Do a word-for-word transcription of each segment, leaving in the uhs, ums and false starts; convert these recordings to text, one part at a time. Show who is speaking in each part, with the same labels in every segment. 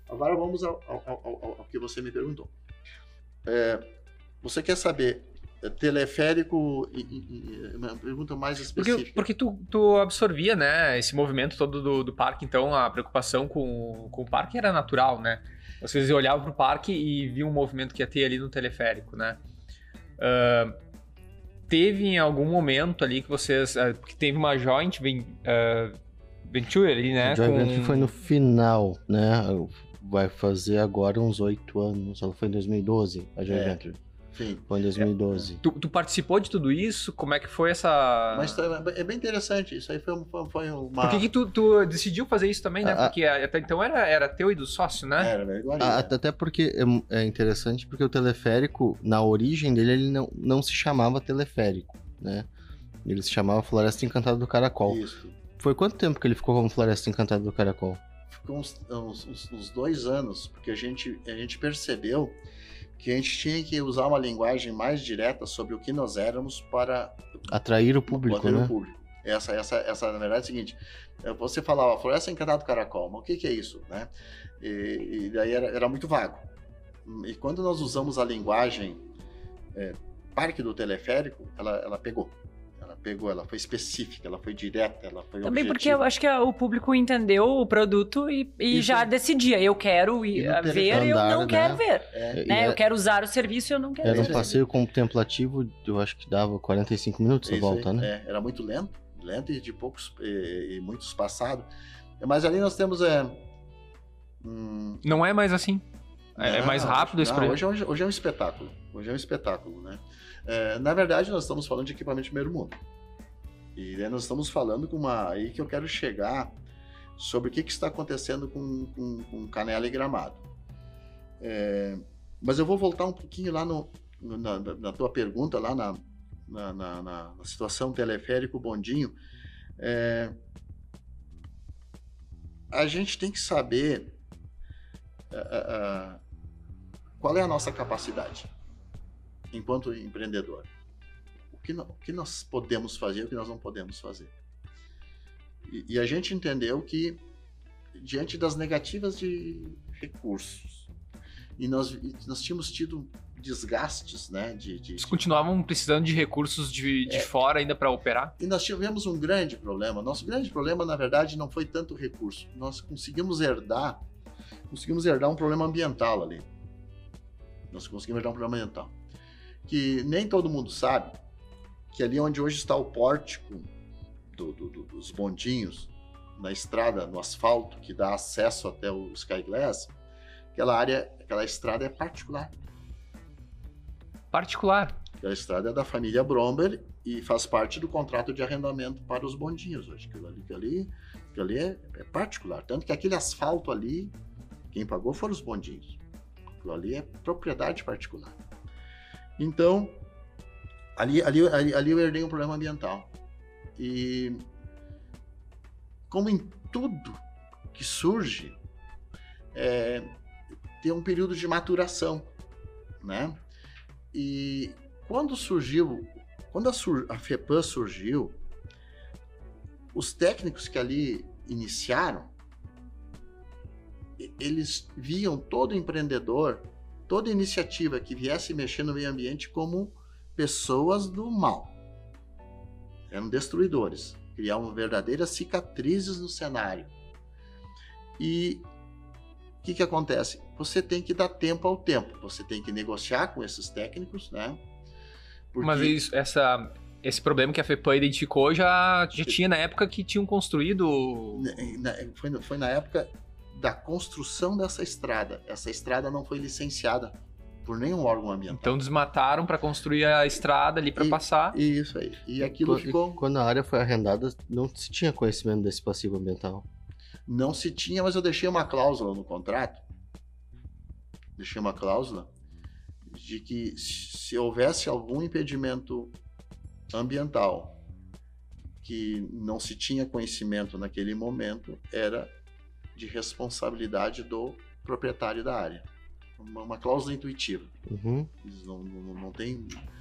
Speaker 1: Agora vamos ao, ao, ao, ao que você me perguntou. É, você quer saber teleférico e, e, e uma pergunta mais específica?
Speaker 2: Porque, porque tu, tu absorvia, né, esse movimento todo do, do parque, então a preocupação com, com o parque era natural, né? Vocês olhavam pro parque e viam o movimento que ia ter ali no teleférico, né? Uh, teve em algum momento ali que vocês... Uh, que teve uma joint uh, venture ali, né?
Speaker 3: A joint
Speaker 2: com...
Speaker 3: venture foi no final, né? Vai fazer agora uns oito anos. Ela foi em dois mil e doze, a joint
Speaker 1: É.
Speaker 3: venture.
Speaker 1: Sim.
Speaker 3: Foi em dois mil e doze.
Speaker 2: Tu, tu participou de tudo isso? Como é que foi essa...
Speaker 1: Mas é bem interessante, isso aí foi, foi uma...
Speaker 2: Por que que tu, tu decidiu fazer isso também, né?
Speaker 3: Ah,
Speaker 2: Porque até então era, era teu e do sócio, né?
Speaker 1: Era, era igual
Speaker 3: Ah, até porque é, é interessante porque o teleférico, na origem dele, ele não, não se chamava teleférico, né? Ele se chamava Floresta Encantada do Caracol.
Speaker 1: Isso.
Speaker 3: Foi quanto tempo que ele ficou como Floresta Encantada do Caracol?
Speaker 1: Ficou uns, uns, uns, uns dois anos, porque a gente, a gente percebeu que a gente tinha que usar uma linguagem mais direta sobre o que nós éramos para
Speaker 3: atrair o público,
Speaker 1: atrair
Speaker 3: né?
Speaker 1: o público. Essa, essa, essa, na verdade, é o seguinte, você falava Floresta Encantada do Caracol, mas o que, que é isso, né? E, e daí era, era muito vago. E quando nós usamos a linguagem é, Parque do Teleférico, ela, ela pegou. Ela pegou, ela foi específica, ela foi direta, ela foi
Speaker 4: Também
Speaker 1: objetiva.
Speaker 4: porque eu acho que o público entendeu o produto e, e já decidia, eu quero ir
Speaker 1: E no
Speaker 4: ver,
Speaker 1: telefone,
Speaker 4: eu
Speaker 3: andar,
Speaker 4: não
Speaker 3: né?
Speaker 4: quero ver.
Speaker 1: É,
Speaker 4: Né?
Speaker 3: é-
Speaker 4: Eu quero usar o serviço e eu não quero
Speaker 3: Era um
Speaker 4: ver.
Speaker 3: passeio contemplativo, eu acho que dava quarenta e cinco minutos a
Speaker 1: isso
Speaker 3: volta,
Speaker 1: aí,
Speaker 3: né?
Speaker 1: é, era muito lento, lento e de poucos, e, e muitos passados. Mas ali nós temos... É, hum,
Speaker 2: Não é mais assim. É, é mais
Speaker 1: não,
Speaker 2: rápido esse
Speaker 1: não,
Speaker 2: projeto.
Speaker 1: hoje, é um- hoje é um espetáculo. Hoje é um espetáculo, né? É, na verdade, nós estamos falando de equipamento de primeiro mundo. E daí nós estamos falando com uma... Aí que eu quero chegar sobre o que, que está acontecendo com, com, com Canela e Gramado. É, mas eu vou voltar um pouquinho lá no, no- na, na tua pergunta, lá na, na, na, na- na situação teleférico bondinho. É, a gente tem que saber ah, ah, ah, qual é a nossa capacidade enquanto empreendedor. O que, no- o que nós podemos fazer e o que nós não podemos fazer. E, e a gente entendeu que, diante das negativas de recursos, e nós, e nós tínhamos tido desgastes, né, de, de,
Speaker 2: Eles continuavam precisando de recursos de, de
Speaker 1: É.
Speaker 2: fora ainda para operar?
Speaker 1: E nós tivemos um grande problema. Nosso grande problema, na verdade, não foi tanto o recurso. Nós conseguimos herdar, conseguimos herdar um problema ambiental ali. Nós conseguimos herdar um problema ambiental. Que nem todo mundo sabe que ali onde hoje está o pórtico do- do- do- dos bondinhos, na estrada, no asfalto, que dá acesso até o Sky Glass, aquela área, aquela estrada é particular.
Speaker 2: Particular.
Speaker 1: Aquela estrada é da família Bromber e faz parte do contrato de arrendamento para os bondinhos hoje. Aquilo ali, aquilo ali, aquilo ali é, é particular. Tanto que aquele asfalto ali, quem pagou foram os bondinhos. Aquilo ali é propriedade particular. Então, ali, ali, ali, ali eu herdei um problema ambiental. E como em tudo que surge, é, tem um período de maturação, né? E quando surgiu, quando a, sur, a FEPAM surgiu, os técnicos que ali iniciaram, e- eles viam todo empreendedor, toda iniciativa que viesse mexer no meio ambiente como pessoas do mal. Eram destruidores, criavam verdadeiras cicatrizes no cenário. E o que que acontece? Você tem que dar tempo ao tempo, você tem que negociar com esses técnicos, né? Porque-
Speaker 2: Mas isso, essa, esse problema que a FEPAM identificou já, já tinha na época que tinham construído...
Speaker 1: Na- Foi, no- foi na época da construção dessa estrada. Essa estrada não foi licenciada por nenhum órgão ambiental.
Speaker 2: Então desmataram para construir a estrada ali para
Speaker 1: E-
Speaker 2: passar.
Speaker 1: Isso aí. E aquilo
Speaker 3: E
Speaker 1: ficou...
Speaker 3: Quando a área foi arrendada, não se tinha conhecimento desse passivo ambiental.
Speaker 1: Não se tinha, mas eu deixei uma cláusula no contrato. Deixei uma cláusula de que se houvesse algum impedimento ambiental que não se tinha conhecimento naquele momento, era de responsabilidade do proprietário da área. Uma, uma cláusula intuitiva.
Speaker 3: Uhum.
Speaker 1: Eles não, não, não tem...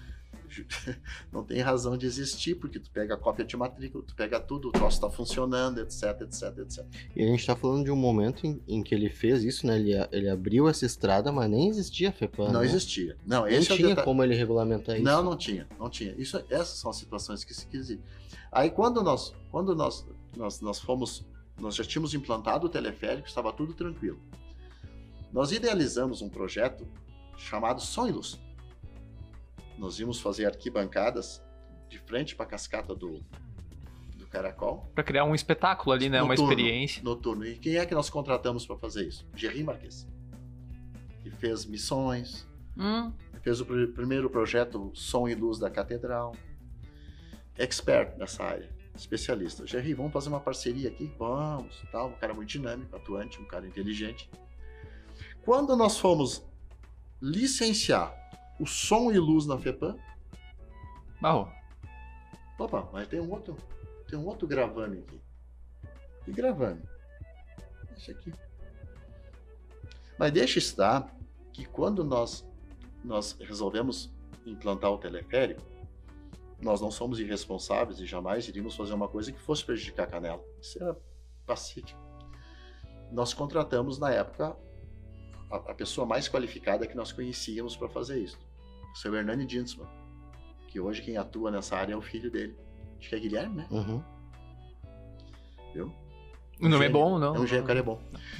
Speaker 1: não tem razão de existir, porque tu pega a cópia de matrícula, tu pega tudo, o troço está funcionando, etc, etc, etcétera.
Speaker 3: E a gente está falando de um momento em, em que ele fez isso, né? Ele, ele abriu essa estrada, mas nem existia a FEPAM.
Speaker 1: Não
Speaker 3: né?
Speaker 1: existia. Não,
Speaker 3: Não
Speaker 1: esse
Speaker 3: tinha
Speaker 1: é o
Speaker 3: como ele regulamentar isso.
Speaker 1: Não, não tinha, não tinha. Isso, essas são as situações que se quis ir. Aí quando nós, quando nós, nós, nós fomos, nós já tínhamos implantado o teleférico, estava tudo tranquilo. Nós idealizamos um projeto chamado Som e Luz. Nós íamos fazer arquibancadas de frente para a cascata do, do Caracol.
Speaker 2: Para criar um espetáculo ali, né? Uma
Speaker 1: Noturno,
Speaker 2: experiência.
Speaker 1: Noturno. E quem é que nós contratamos para fazer isso? Gerry Marques, que fez Missões,
Speaker 4: Hum.
Speaker 1: fez o pr- primeiro projeto Som e Luz da Catedral. Expert nessa área, especialista. Gerry, vamos fazer uma parceria aqui? Vamos, tal. Um cara muito dinâmico, atuante, um cara inteligente. Quando nós fomos licenciar o Som e Luz na FEPAM,
Speaker 2: Barro.
Speaker 1: opa, mas tem um outro, tem um outro gravame aqui. Que gravame? Esse aqui. Mas deixa estar que quando nós, nós resolvemos implantar o teleférico, nós não somos irresponsáveis e jamais iríamos fazer uma coisa que fosse prejudicar a Canela. Isso era pacífico. Nós contratamos, na época, a, a pessoa mais qualificada que nós conhecíamos para fazer isso. O seu Hernani Dinsman, que hoje quem atua nessa área é o filho dele. Acho que é Guilherme, né?
Speaker 3: Uhum.
Speaker 1: Viu?
Speaker 2: O nome é
Speaker 1: gênio.
Speaker 2: bom, não?
Speaker 1: É um gênio, o cara é bom.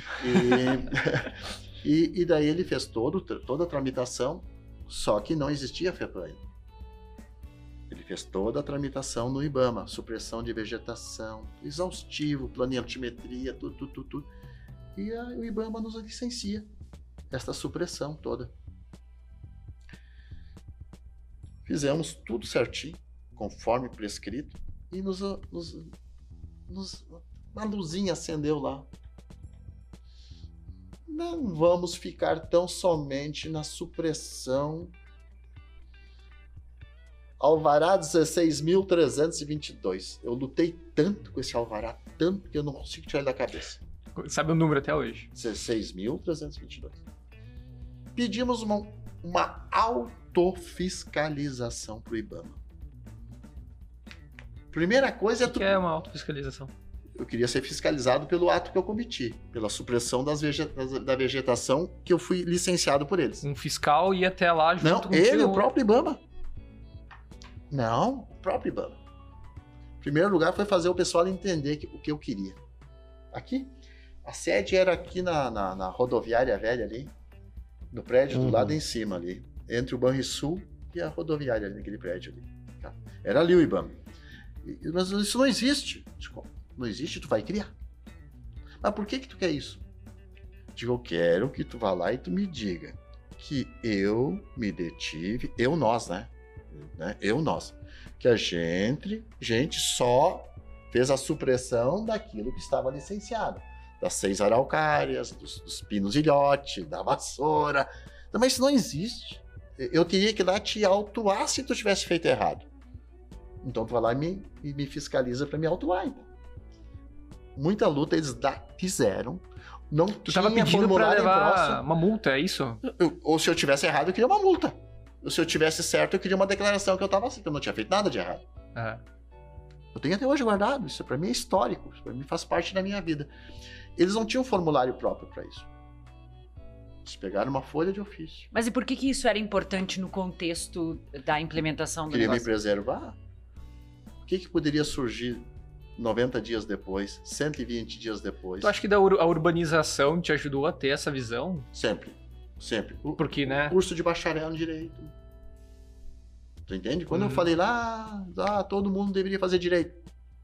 Speaker 1: E, e, e daí ele fez todo, toda a tramitação, só que não existia a FEPAM ainda. Ele fez toda a tramitação no IBAMA, supressão de vegetação, exaustivo, plano de altimetria, tudo, tudo, tudo, tudo. E a, o IBAMA nos licencia esta supressão toda. Fizemos tudo certinho, conforme prescrito, e nos, nos, nos, uma luzinha acendeu lá. Não vamos ficar tão somente na supressão. Alvará dezesseis mil trezentos e vinte e dois. Eu lutei tanto com esse alvará, tanto que eu não consigo tirar ele da cabeça.
Speaker 2: Sabe o número até hoje.
Speaker 1: dezesseis mil trezentos e vinte e dois. Pedimos uma, uma autofiscalização para o IBAMA. Primeira coisa é
Speaker 2: O
Speaker 1: tu...
Speaker 2: que é uma autofiscalização?
Speaker 1: Eu queria ser fiscalizado pelo ato que eu cometi, pela supressão das vege... da vegetação que eu fui licenciado por eles.
Speaker 2: Um fiscal ia até lá junto
Speaker 1: Não,
Speaker 2: com
Speaker 1: ele, o próprio IBAMA. Não, o próprio IBAMA. Em primeiro lugar foi fazer o pessoal entender que, o que eu queria. Aqui, a sede era aqui na, na, na rodoviária velha ali, no prédio
Speaker 3: Uhum.
Speaker 1: do lado em cima ali, entre o Banrisul e a rodoviária ali, naquele prédio ali. Tá? Era ali o IBAMA. E, mas isso não existe. Digo, não existe, tu vai criar. Mas por que que tu quer isso? Digo, eu quero que tu vá lá e tu me diga que eu me detive, eu nós, né? né? Eu nós. Que a gente, gente só fez a supressão daquilo que estava licenciado. Das seis araucárias, dos, dos pinos ilhote, da vassoura. Mas isso não existe. Eu teria que ir lá te autuar se tu tivesse feito errado. Então tu vai lá e me, e me fiscaliza para me autuar. Então. Muita luta eles da, fizeram. Não
Speaker 2: Tu tava
Speaker 1: tinha
Speaker 2: pedindo pra
Speaker 1: formulário
Speaker 2: levar
Speaker 1: impresso.
Speaker 2: uma multa, é isso?
Speaker 1: Eu- ou se eu tivesse errado, eu queria uma multa. Ou se eu tivesse certo, eu queria uma declaração que eu tava assim, que eu não tinha feito nada de errado.
Speaker 2: Aham.
Speaker 1: Eu tenho até hoje guardado, isso pra mim é histórico, isso pra mim faz parte da minha vida. Eles não tinham formulário próprio pra isso. Eles pegaram uma folha de ofício.
Speaker 4: Mas e por que que isso era importante no contexto da implementação do
Speaker 1: Queria me
Speaker 4: negócio?
Speaker 1: preservar. O que que poderia surgir noventa dias depois, cento e vinte dias depois?
Speaker 2: Tu acha que da ur- a urbanização te ajudou a ter essa visão?
Speaker 1: Sempre, sempre. O,
Speaker 2: Porque, né?
Speaker 1: curso de bacharel em direito. Tu entende? Quando
Speaker 2: Hum.
Speaker 1: eu falei lá, ah, todo mundo deveria fazer direito.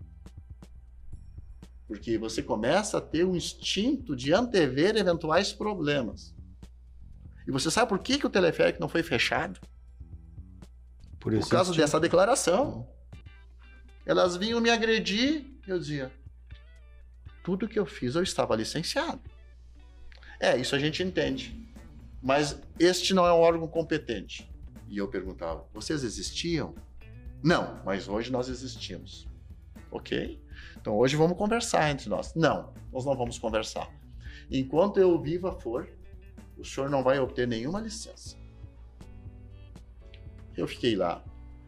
Speaker 1: Porque você começa a ter um instinto de antever eventuais problemas. E você sabe por que, que o teleférico não foi fechado?
Speaker 3: Por,
Speaker 1: Por
Speaker 3: esse
Speaker 1: causa
Speaker 3: instinto.
Speaker 1: dessa declaração. Elas vinham me agredir, eu dizia, tudo que eu fiz eu estava licenciado. É, isso a gente entende. Mas este não é um órgão competente. E eu perguntava, vocês existiam? Não, mas hoje nós existimos. Ok? Então hoje vamos conversar entre nós. Não, nós não vamos conversar. Enquanto eu viva for, o senhor não vai obter nenhuma licença. Eu fiquei lá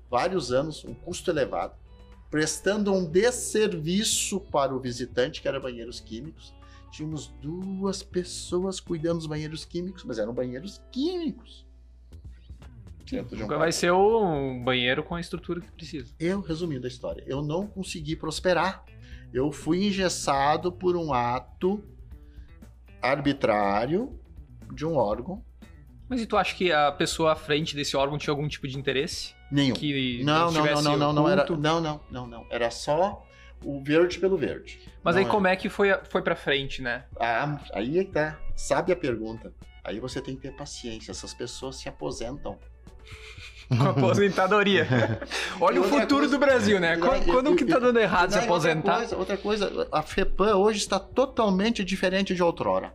Speaker 1: vários anos, um custo elevado, prestando um desserviço para o visitante, que era banheiros químicos. Tínhamos duas pessoas cuidando dos banheiros químicos, mas eram banheiros químicos. Dentro de um
Speaker 2: Nunca vai ser um banheiro com a estrutura que precisa.
Speaker 1: Eu, resumindo a história, eu não consegui prosperar. Eu fui engessado por um ato arbitrário de um órgão.
Speaker 2: Mas e tu acha que a pessoa à frente desse órgão tinha algum tipo de interesse?
Speaker 1: Nenhum.
Speaker 2: Que
Speaker 1: Não, não, não, não, não, não, era,
Speaker 2: oculto?
Speaker 1: não, não, não, não. Era só o verde pelo verde.
Speaker 2: Mas
Speaker 1: Não
Speaker 2: aí
Speaker 1: era.
Speaker 2: como é que foi, foi pra frente, né?
Speaker 1: Ah, aí é que tá. Sabe a pergunta? Aí você tem que ter paciência. Essas pessoas se aposentam.
Speaker 2: Com a aposentadoria. Olha
Speaker 1: E
Speaker 2: o
Speaker 1: outra
Speaker 2: futuro
Speaker 1: coisa-
Speaker 2: do Brasil, né?
Speaker 1: e-
Speaker 2: Quando,
Speaker 1: e-
Speaker 2: quando
Speaker 1: e-
Speaker 2: que tá dando errado se
Speaker 1: Não, e outra
Speaker 2: aposentar?
Speaker 1: coisa, outra coisa, a FEPAM hoje está totalmente diferente de outrora.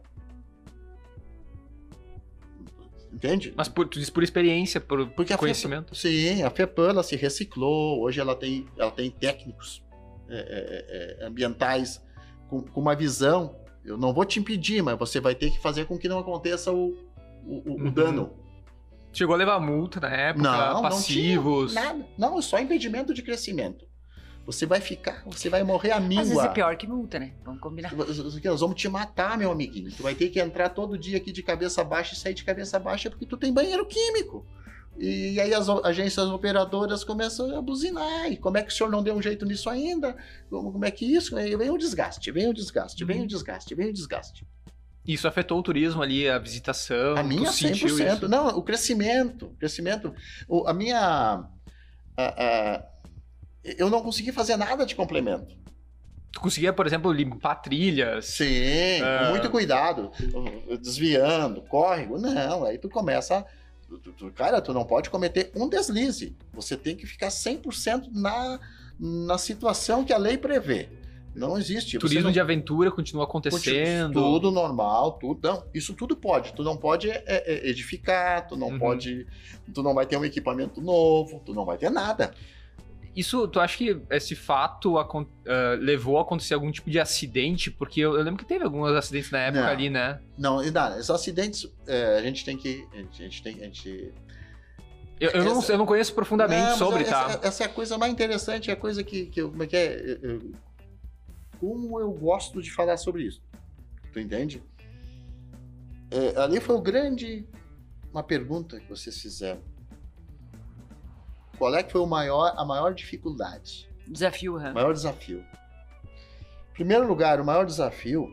Speaker 1: Entende?
Speaker 2: Mas por, tu diz por experiência, por
Speaker 1: Porque a
Speaker 2: conhecimento.
Speaker 1: FEPAM, sim, a FEPAM ela se reciclou, hoje ela tem, ela tem técnicos é, é, é, ambientais com, com uma visão. Eu não vou te impedir, mas você vai ter que fazer com que não aconteça o, o, o- o
Speaker 2: Uhum.
Speaker 1: dano.
Speaker 2: Chegou a levar multa na época,
Speaker 1: Não,
Speaker 2: passivos.
Speaker 1: não tinha nada. Não, é só impedimento de crescimento. Você vai ficar, você vai morrer à
Speaker 4: Às vezes é
Speaker 1: míngua.
Speaker 4: pior que multa, né? Vamos combinar.
Speaker 1: Nós vamos te matar, meu amiguinho. Tu vai ter que entrar todo dia aqui de cabeça baixa e sair de cabeça baixa porque tu tem banheiro químico. E aí as o- agências operadoras começam a buzinar. E como é que o senhor não deu um jeito nisso ainda? Como, como é que isso? Aí vem o desgaste, vem o desgaste, vem o desgaste, vem o desgaste.
Speaker 2: Isso afetou o turismo ali, a visitação.
Speaker 1: A minha
Speaker 2: tu sentiu
Speaker 1: cem por cento.
Speaker 2: isso?
Speaker 1: Não, o crescimento. O crescimento. O- a minha. a- a- eu não consegui fazer nada de complemento.
Speaker 2: Tu conseguia, por exemplo, limpar trilhas.
Speaker 1: Sim,
Speaker 2: Ah.
Speaker 1: com muito cuidado, desviando, córrego. Não, aí tu começa. tu- tu- tu- cara, tu não pode cometer um deslize. Você tem que ficar cem por cento na, na situação que a lei prevê. Não existe. Você
Speaker 2: Turismo
Speaker 1: não-
Speaker 2: de aventura continua acontecendo.
Speaker 1: Tudo normal, tudo. Não, isso tudo pode. Tu não pode é, é, edificar, tu não
Speaker 2: Uhum.
Speaker 1: pode. Tu não vai ter um equipamento novo, tu não vai ter nada.
Speaker 2: Isso, tu acha que esse fato acon- ah, levou a acontecer algum tipo de acidente? Porque eu, eu lembro que teve alguns acidentes na época
Speaker 1: Não.
Speaker 2: ali, né?
Speaker 1: Não, e nada, esses acidentes, é, a gente tem que. A gente, a gente tem. A gente,
Speaker 2: Eu, eu, não,
Speaker 1: Essa-
Speaker 2: eu não conheço profundamente
Speaker 1: Não, mas
Speaker 2: sobre,
Speaker 1: essa,
Speaker 2: tá?
Speaker 1: essa é a coisa mais interessante, é a coisa que, que eu, como é que é? Eu- eu- como eu gosto de falar sobre isso. Tu entende? É, ali foi o grande. Uma pergunta que vocês fizeram. Qual é que foi o maior, a maior dificuldade?
Speaker 4: Desafio,
Speaker 1: O
Speaker 4: Ram.
Speaker 1: maior desafio? Em primeiro lugar, o maior desafio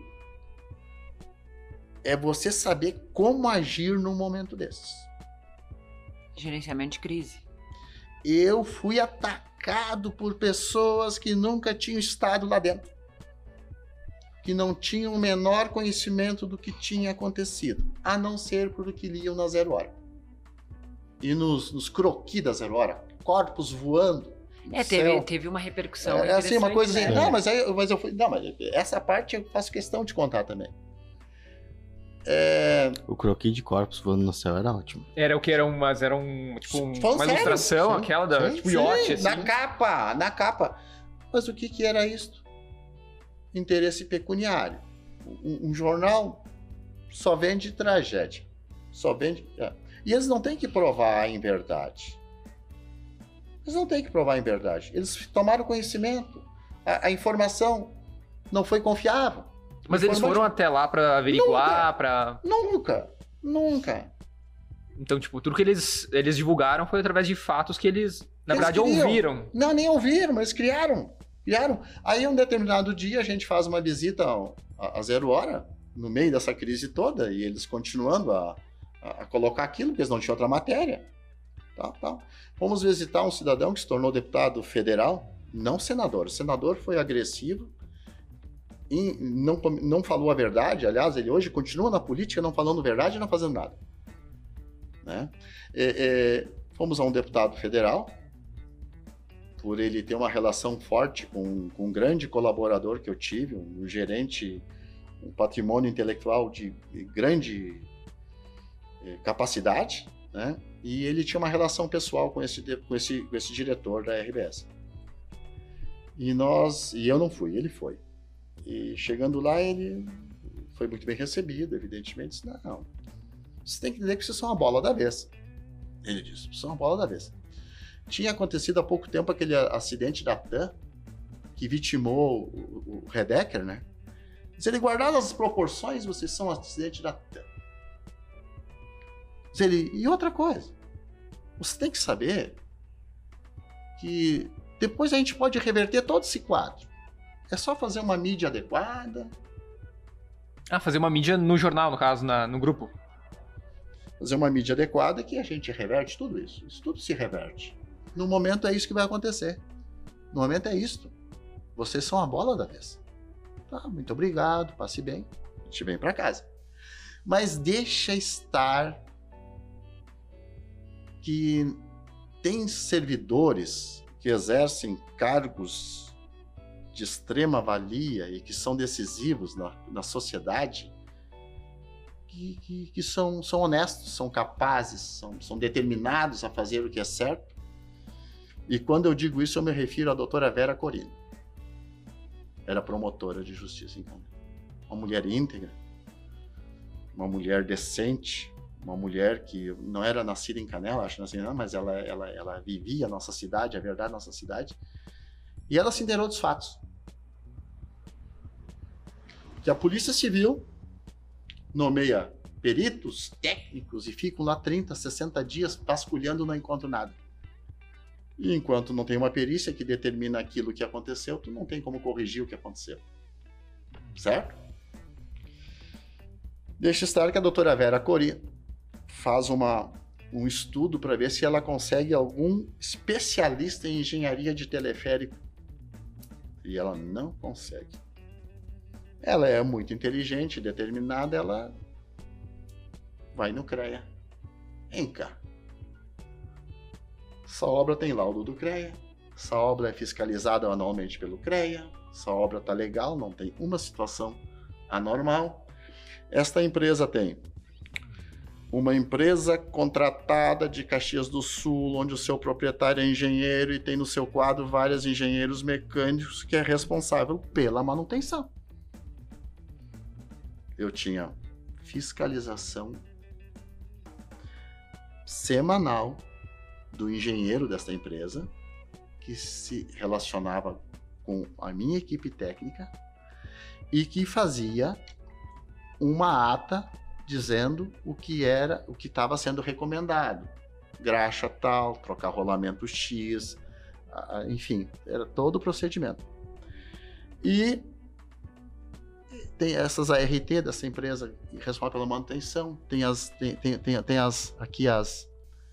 Speaker 1: é você saber como agir num momento desses.
Speaker 4: Gerenciamento de crise.
Speaker 1: Eu fui atacado por pessoas que nunca tinham estado lá dentro, que não tinham o menor conhecimento do que tinha acontecido, a não ser por o que liam na Zero Hora. E nos, nos croquis da Zero Hora, corpos voando. no
Speaker 4: É, teve,
Speaker 1: céu.
Speaker 4: teve uma repercussão.
Speaker 1: É, assim, uma
Speaker 4: interessante,
Speaker 1: coisa assim,
Speaker 4: né?
Speaker 1: não, mas aí eu- mas eu fui, não, mas essa parte eu faço questão de contar também. É,
Speaker 3: O croquis de corpos voando no céu era ótimo.
Speaker 2: Era o que? Era umas, era um, tipo, um-
Speaker 1: falando
Speaker 2: uma
Speaker 1: sério,
Speaker 2: ilustração,
Speaker 1: sim,
Speaker 2: aquela da,
Speaker 1: sim,
Speaker 2: tipo,
Speaker 1: sim,
Speaker 2: iote, assim.
Speaker 1: na capa, na capa. Mas o que que era isto? Interesse pecuniário. Um, um jornal só vende tragédia. Só vende... é. E eles não têm que provar em verdade. Eles não têm que provar em verdade. Eles tomaram conhecimento. A, a informação não foi confiável.
Speaker 2: Mas eles
Speaker 1: Informação-
Speaker 2: foram até lá pra averiguar, pra...
Speaker 1: Nunca, nunca.
Speaker 2: Então, tipo, tudo que eles, eles divulgaram foi através de fatos que eles, na
Speaker 1: Eles
Speaker 2: verdade,
Speaker 1: queriam.
Speaker 2: ouviram.
Speaker 1: Não, nem ouviram, mas criaram. Criaram. Aí, um determinado dia, a gente faz uma visita ao- a, a Zero Hora, no meio dessa crise toda, e eles continuando a, a, a colocar aquilo, porque eles não tinham outra matéria. Tá, tá. Fomos visitar um cidadão que se tornou deputado federal, não senador. O senador foi agressivo, e não, com- não falou a verdade. Aliás, ele hoje continua na política não falando verdade e não fazendo nada. Né? É, é, fomos a um deputado federal, por ele ter uma relação forte com, com um grande colaborador que eu tive, um gerente, um patrimônio intelectual de grande eh, capacidade, né? E ele tinha uma relação pessoal com esse, de- com esse, com esse diretor da R B S. E nós, e eu não fui, ele foi. E chegando lá, ele foi muito bem recebido, evidentemente. Disse, não, você tem que dizer que vocês são a bola da vez. Ele disse, vocês são a bola da vez. Tinha acontecido há pouco tempo aquele acidente da TAM, que vitimou o, o Redecker, né? Se ele guardar as proporções, vocês são um acidente da TAM. Se ele... E outra coisa, você tem que saber que depois a gente pode reverter todo esse quadro. É só fazer uma mídia adequada.
Speaker 2: Ah, fazer uma mídia no jornal, no caso, na, no grupo.
Speaker 1: Fazer uma mídia adequada que a gente reverte tudo isso. Isso tudo se reverte. No momento é isso que vai acontecer. No momento é isto. Vocês são a bola da vez. Tá, muito obrigado, passe bem. A gente vem para casa. Mas deixa estar que tem servidores que exercem cargos de extrema valia e que são decisivos na, na sociedade, que, que, que são, são honestos, são capazes, são, são determinados a fazer o que é certo. E quando eu digo isso, eu me refiro à doutora Vera Corina. Era promotora de justiça em Canela. Uma mulher íntegra, uma mulher decente, uma mulher que não era nascida em Canela, acho assim, não, mas ela, ela, ela vivia a nossa cidade, a verdade da nossa cidade. E ela se inteirou dos fatos. Que a Polícia Civil nomeia peritos técnicos e ficam lá trinta, sessenta dias vasculhando e não encontram nada. E enquanto não tem uma perícia que determina aquilo que aconteceu, tu não tem como corrigir o que aconteceu. Certo? Deixa estar que a doutora Vera Corina faz uma, um estudo para ver se ela consegue algum especialista em engenharia de teleférico. E ela não consegue. Ela é muito inteligente, determinada, ela vai no CREA. Vem cá. Essa obra tem laudo do CREA, essa obra é fiscalizada anualmente pelo CREA, essa obra está legal, não tem uma situação anormal. Esta empresa tem uma empresa contratada de Caxias do Sul, onde o seu proprietário é engenheiro e tem no seu quadro vários engenheiros mecânicos que é responsável pela manutenção. Eu tinha fiscalização semanal do engenheiro desta empresa, que se relacionava com a minha equipe técnica e que fazia uma ata dizendo o que era, o que estava sendo recomendado. Graxa tal, trocar rolamento X, enfim, era todo o procedimento. E tem essas A R T dessa empresa responsável pela manutenção, tem as, tem, tem, tem, tem as, aqui as,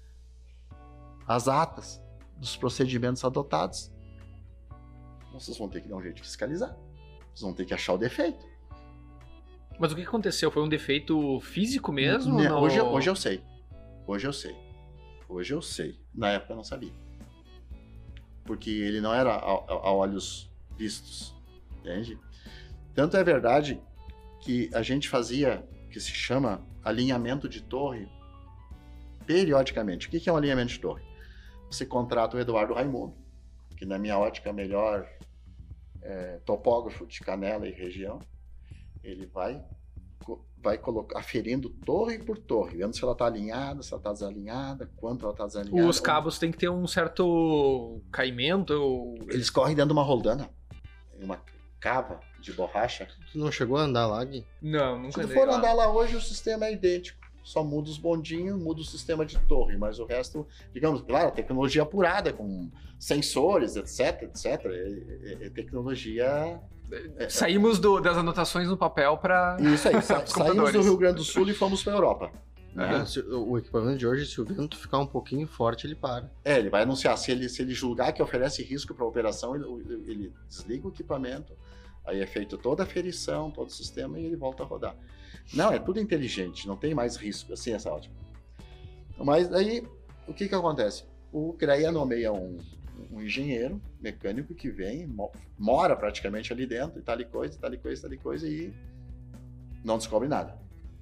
Speaker 1: as atas dos procedimentos adotados. Vocês vão ter que dar um jeito de fiscalizar. Vocês vão ter que achar o defeito.
Speaker 2: Mas o que aconteceu? Foi um defeito físico mesmo?
Speaker 1: Né,
Speaker 2: no...
Speaker 1: hoje, hoje eu sei. Hoje eu sei. Hoje eu sei. Na época eu não sabia. Porque ele não era a, a, a olhos vistos. Entende? Tanto é verdade que a gente fazia, que se chama alinhamento de torre, periodicamente. O que é um alinhamento de torre? Você contrata o Eduardo Raimundo, que na minha ótica é o melhor é, topógrafo de Canela e região. Ele vai, vai colocar, aferindo torre por torre, vendo se ela está alinhada, se ela está desalinhada, quanto ela está desalinhada.
Speaker 2: Os cabos ou... têm que ter um certo caimento. Ou...
Speaker 1: Eles correm dentro de uma roldana, uma cava de borracha.
Speaker 3: Tu não chegou a andar lá, Gui?
Speaker 2: Não, nunca.
Speaker 1: Se tu for lá. andar lá hoje, o sistema é idêntico. Só muda os bondinhos, muda o sistema de torre, mas o resto, digamos, claro, tecnologia apurada, com sensores, etc, etc, é, é, é tecnologia... É,
Speaker 2: Saímos do, das anotações no papel para...
Speaker 1: Isso aí, sa saímos do Rio Grande do Sul e fomos para a Europa.
Speaker 3: Né? O equipamento de hoje, se o vento ficar um pouquinho forte, ele para.
Speaker 1: É, ele vai anunciar, se ele, se ele julgar que oferece risco para a operação, ele, ele desliga o equipamento, aí é feita toda a aferição, todo o sistema e ele volta a rodar. Não, é tudo inteligente, não tem mais risco, assim, essa ótica. Mas aí, o que que acontece? O CREA nomeia um, um engenheiro mecânico que vem, mora praticamente ali dentro, e tal e coisa, tal e coisa, tal e coisa, e não descobre nada.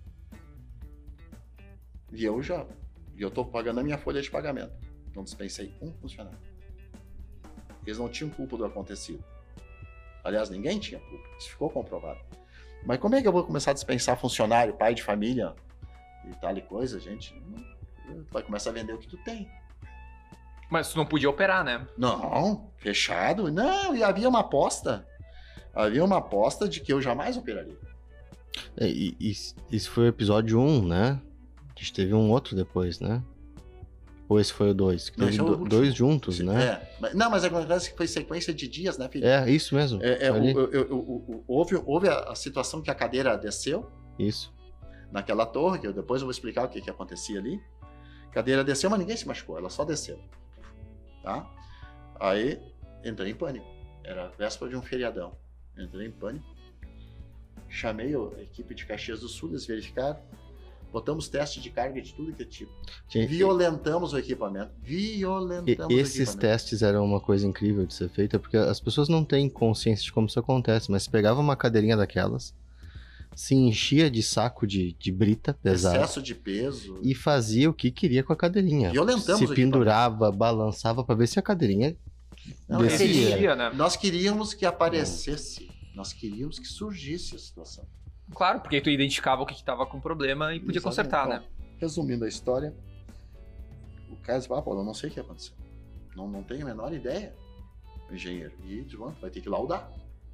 Speaker 1: E eu já, eu tô pagando a minha folha de pagamento. Não dispensei um funcionário. Eles não tinham culpa do acontecido. Aliás, ninguém tinha culpa, isso ficou comprovado. Mas como é que eu vou começar a dispensar funcionário, pai de família e tal e coisa, gente? Tu vai começar a vender o que tu tem.
Speaker 2: Mas tu não podia operar, né?
Speaker 1: Não, fechado. Não, e havia uma aposta. Havia uma aposta de que eu jamais operaria.
Speaker 3: É, e, e, esse foi o episódio um, né? A gente teve um outro depois, né? Ou esse foi o dois? Que
Speaker 1: Não,
Speaker 3: teve
Speaker 1: esse é o
Speaker 3: do-
Speaker 1: último.
Speaker 3: dois juntos, né?
Speaker 1: É. Mas- Não, mas acontece que foi sequência de dias, né, filho?
Speaker 3: É, isso mesmo.
Speaker 1: É, é,
Speaker 3: foi ali.
Speaker 1: o- o- o- o- o- houve houve a, a situação que a cadeira desceu
Speaker 3: Isso.
Speaker 1: naquela torre, que eu depois eu vou explicar o que, que acontecia ali. A cadeira desceu, mas ninguém se machucou, ela só desceu. Tá? Aí entrei em pânico. Era véspera de um feriadão. Entrei em pânico. Chamei a equipe de Caxias do Sul, eles verificaram. Botamos teste de carga de tudo que é tipo.
Speaker 3: Tinha-
Speaker 1: Violentamos o equipamento.
Speaker 3: E-
Speaker 1: Violentamos o
Speaker 3: esses
Speaker 1: equipamento.
Speaker 3: testes eram uma coisa incrível de ser feita, porque as pessoas não têm consciência de como isso acontece, mas pegava uma cadeirinha daquelas, se enchia de saco de, de brita pesada
Speaker 1: Excesso de peso.
Speaker 3: e fazia o que queria com a cadeirinha.
Speaker 1: Violentamos
Speaker 3: se
Speaker 1: o
Speaker 3: pendurava, balançava pra ver se a cadeirinha
Speaker 1: Não, é
Speaker 3: descia.
Speaker 2: Existia, né?
Speaker 1: Nós queríamos que aparecesse. Nós queríamos que surgisse a situação.
Speaker 2: Claro, porque tu identificava o que estava com problema e podia
Speaker 1: Exatamente.
Speaker 2: consertar, né?
Speaker 1: Bom, resumindo a história, o cara disse, ah, Paulo, eu não sei o que aconteceu. Não, não tenho a menor ideia, o engenheiro. E disse, "Bom, vai ter que laudar.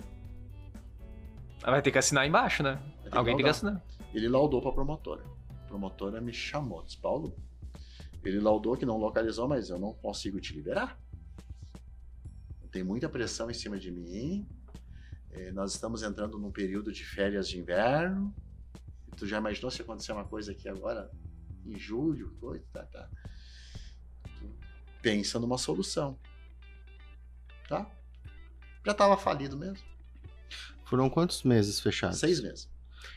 Speaker 2: Vai ter que assinar embaixo, né?
Speaker 1: Vai ter
Speaker 2: Alguém tem que
Speaker 1: laudar."
Speaker 2: assinar.
Speaker 1: Ele laudou para a promotora. A promotora me chamou, disse, Paulo, ele laudou que não localizou, mas eu não consigo te liberar. Tem muita pressão em cima de mim. Eh, nós estamos entrando num período de férias de inverno. Tu já imaginou se acontecer uma coisa aqui agora, em julho? Coisa, tá, tá. Tu pensa numa solução. Tá? Já estava falido mesmo.
Speaker 3: Foram quantos meses fechados?
Speaker 1: Seis meses.